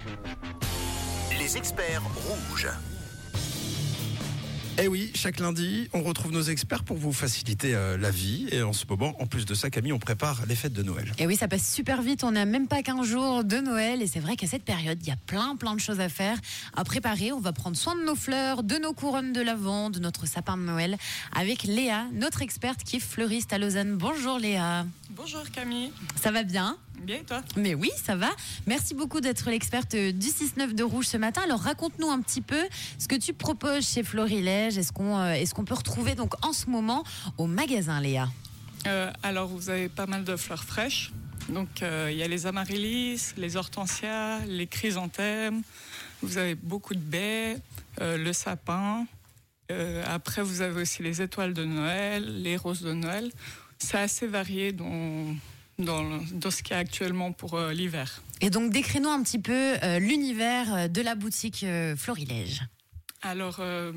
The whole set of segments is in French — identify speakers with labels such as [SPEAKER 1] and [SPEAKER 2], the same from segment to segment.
[SPEAKER 1] Les experts rouges.
[SPEAKER 2] Eh oui, chaque lundi, on retrouve nos experts pour vous faciliter la vie. Et en ce moment, en plus de ça, Camille, on prépare les fêtes de Noël.
[SPEAKER 3] Et oui, ça passe super vite. On n'a même pas 15 jours de Noël. Et c'est vrai qu'à cette période, il y a plein de choses à faire, à préparer. On va prendre soin de nos fleurs, de nos couronnes de l'Avent, de notre sapin de Noël, avec Léa, notre experte qui est fleuriste à Lausanne. Bonjour Léa.
[SPEAKER 4] Bonjour Camille.
[SPEAKER 3] Ça va bien ?
[SPEAKER 4] Bien et toi ?
[SPEAKER 3] Mais oui, ça va. Merci beaucoup d'être l'experte du 6-9 de Rouge ce matin. Alors raconte-nous un petit peu ce que tu proposes chez Florilège. Est-ce qu'on peut retrouver donc en ce moment au magasin, Léa ?
[SPEAKER 4] Alors vous avez pas mal de fleurs fraîches. Donc il y a les amaryllis, les hortensias, les chrysanthèmes. Vous avez beaucoup de baies, le sapin. Après vous avez aussi les étoiles de Noël, les roses de Noël. C'est assez varié dans ce qu'il y a actuellement pour l'hiver.
[SPEAKER 3] Et donc décris-nous un petit peu l'univers de la boutique Florilège.
[SPEAKER 4] Alors,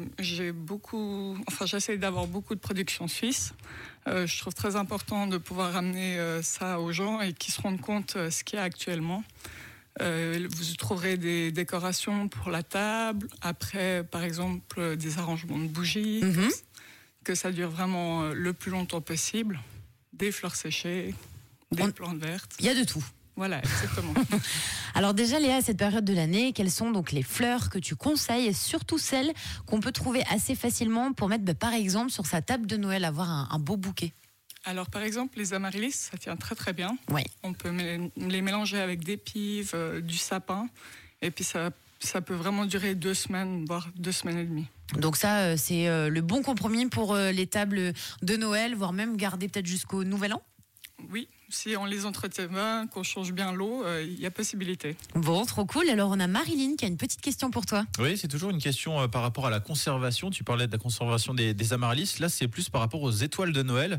[SPEAKER 4] j'essaie d'avoir beaucoup de production suisse. Je trouve très important de pouvoir ramener ça aux gens et qu'ils se rendent compte ce qu'il y a actuellement. Vous trouverez des décorations pour la table. Après, par exemple, des arrangements de bougies. Que ça dure vraiment le plus longtemps possible. Des fleurs séchées, des plantes vertes.
[SPEAKER 3] Il y a de tout.
[SPEAKER 4] Voilà, exactement.
[SPEAKER 3] Alors déjà, Léa, à cette période de l'année, quelles sont donc les fleurs que tu conseilles et surtout celles qu'on peut trouver assez facilement pour mettre, par exemple, sur sa table de Noël, avoir un beau bouquet ?
[SPEAKER 4] Alors, par exemple, les amaryllis, ça tient très très bien.
[SPEAKER 3] Oui.
[SPEAKER 4] On peut les mélanger avec des pives, du sapin, et puis ça peut vraiment durer 2 semaines, voire 2 semaines et demie.
[SPEAKER 3] Donc ça, c'est le bon compromis pour les tables de Noël, voire même garder peut-être jusqu'au Nouvel An ?
[SPEAKER 4] Oui, si on les entretient bien, qu'on change bien l'eau, il y a possibilité.
[SPEAKER 3] Bon, trop cool. Alors on a Marilyn qui a une petite question pour toi.
[SPEAKER 5] Oui, c'est toujours une question par rapport à la conservation. Tu parlais de la conservation des amaryllis. Là, c'est plus par rapport aux étoiles de Noël.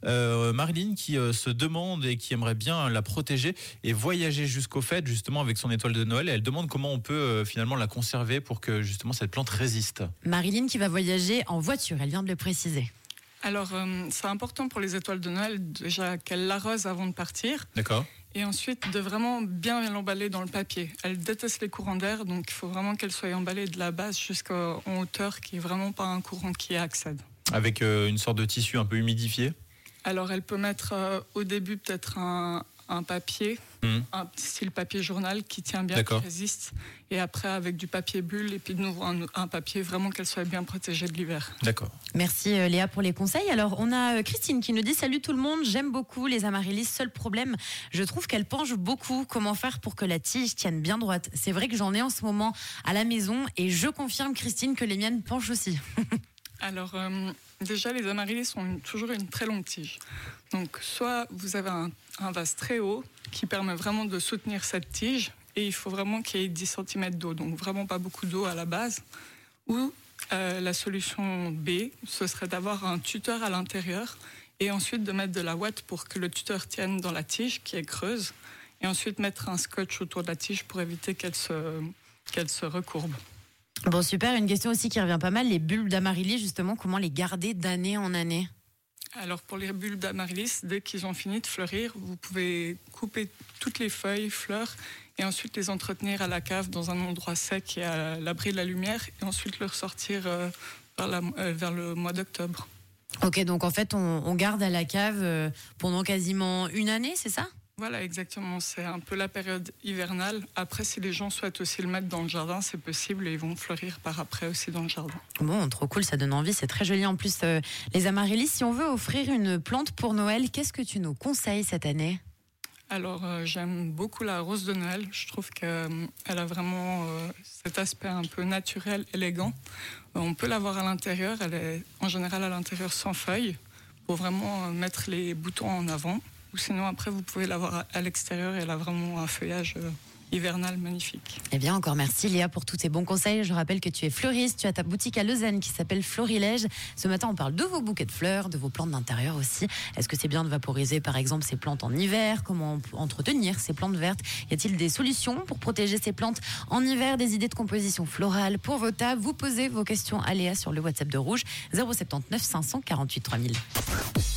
[SPEAKER 5] Marilyn qui se demande et qui aimerait bien la protéger et voyager jusqu'aux fêtes justement avec son étoile de Noël. Et elle demande comment on peut finalement la conserver pour que justement cette plante résiste.
[SPEAKER 3] Marilyn qui va voyager en voiture, elle vient de le préciser.
[SPEAKER 4] Alors, c'est important pour les étoiles de Noël, déjà qu'elles l'arrosent avant de partir.
[SPEAKER 5] D'accord.
[SPEAKER 4] Et ensuite, de vraiment bien l'emballer dans le papier. Elle déteste les courants d'air, donc il faut vraiment qu'elle soit emballée de la base jusqu'en hauteur, qui n'est vraiment pas un courant qui y accède.
[SPEAKER 5] Avec une sorte de tissu un peu humidifié ?
[SPEAKER 4] Alors, elle peut mettre au début peut-être un papier, un style papier journal qui tient bien, qui résiste. Et après, avec du papier bulle et puis de nouveau un papier, vraiment qu'elle soit bien protégée de l'hiver.
[SPEAKER 5] D'accord.
[SPEAKER 3] Merci Léa pour les conseils. Alors, on a Christine qui nous dit « Salut tout le monde, j'aime beaucoup les amaryllis. Seul problème, je trouve qu'elles penchent beaucoup. Comment faire pour que la tige tienne bien droite ?» C'est vrai que j'en ai en ce moment à la maison et je confirme, Christine, que les miennes penchent aussi.
[SPEAKER 4] Alors, déjà, les amaryllis ont toujours une très longue tige. Donc, soit vous avez un vase très haut qui permet vraiment de soutenir cette tige, et il faut vraiment qu'il y ait 10 cm d'eau, donc vraiment pas beaucoup d'eau à la base. Ou la solution B, ce serait d'avoir un tuteur à l'intérieur, et ensuite de mettre de la ouate pour que le tuteur tienne dans la tige qui est creuse, et ensuite mettre un scotch autour de la tige pour éviter qu'elle se recourbe.
[SPEAKER 3] Bon, super. Une question aussi qui revient pas mal, les bulbes d'amaryllis, justement, comment les garder d'année en année ?
[SPEAKER 4] Alors, pour les bulbes d'amaryllis, dès qu'ils ont fini de fleurir, vous pouvez couper toutes les feuilles, fleurs, et ensuite les entretenir à la cave dans un endroit sec et à l'abri de la lumière, et ensuite le ressortir vers le mois d'octobre.
[SPEAKER 3] Ok, donc en fait, on garde à la cave pendant quasiment une année, c'est ça ?
[SPEAKER 4] Voilà, exactement. C'est un peu la période hivernale. Après, si les gens souhaitent aussi le mettre dans le jardin, c'est possible et ils vont fleurir par après aussi dans le jardin.
[SPEAKER 3] Bon, trop cool, ça donne envie. C'est très joli en plus, les amaryllis. Si on veut offrir une plante pour Noël, qu'est-ce que tu nous conseilles cette année ?
[SPEAKER 4] Alors, j'aime beaucoup la rose de Noël. Je trouve qu'elle a vraiment cet aspect un peu naturel, élégant. On peut l'avoir à l'intérieur. Elle est en général à l'intérieur sans feuilles pour vraiment mettre les boutons en avant. Ou sinon, après, vous pouvez l'avoir à l'extérieur et elle a vraiment un feuillage hivernal magnifique.
[SPEAKER 3] Eh bien, encore merci Léa pour tous tes bons conseils. Je rappelle que tu es fleuriste, tu as ta boutique à Lausanne qui s'appelle Florilège. Ce matin, on parle de vos bouquets de fleurs, de vos plantes d'intérieur aussi. Est-ce que c'est bien de vaporiser, par exemple, ces plantes en hiver ? Comment entretenir ces plantes vertes ? Y a-t-il des solutions pour protéger ces plantes en hiver ? Des idées de composition florale pour vos tables ? Vous posez vos questions à Léa sur le WhatsApp de Rouge, 079 548 3000.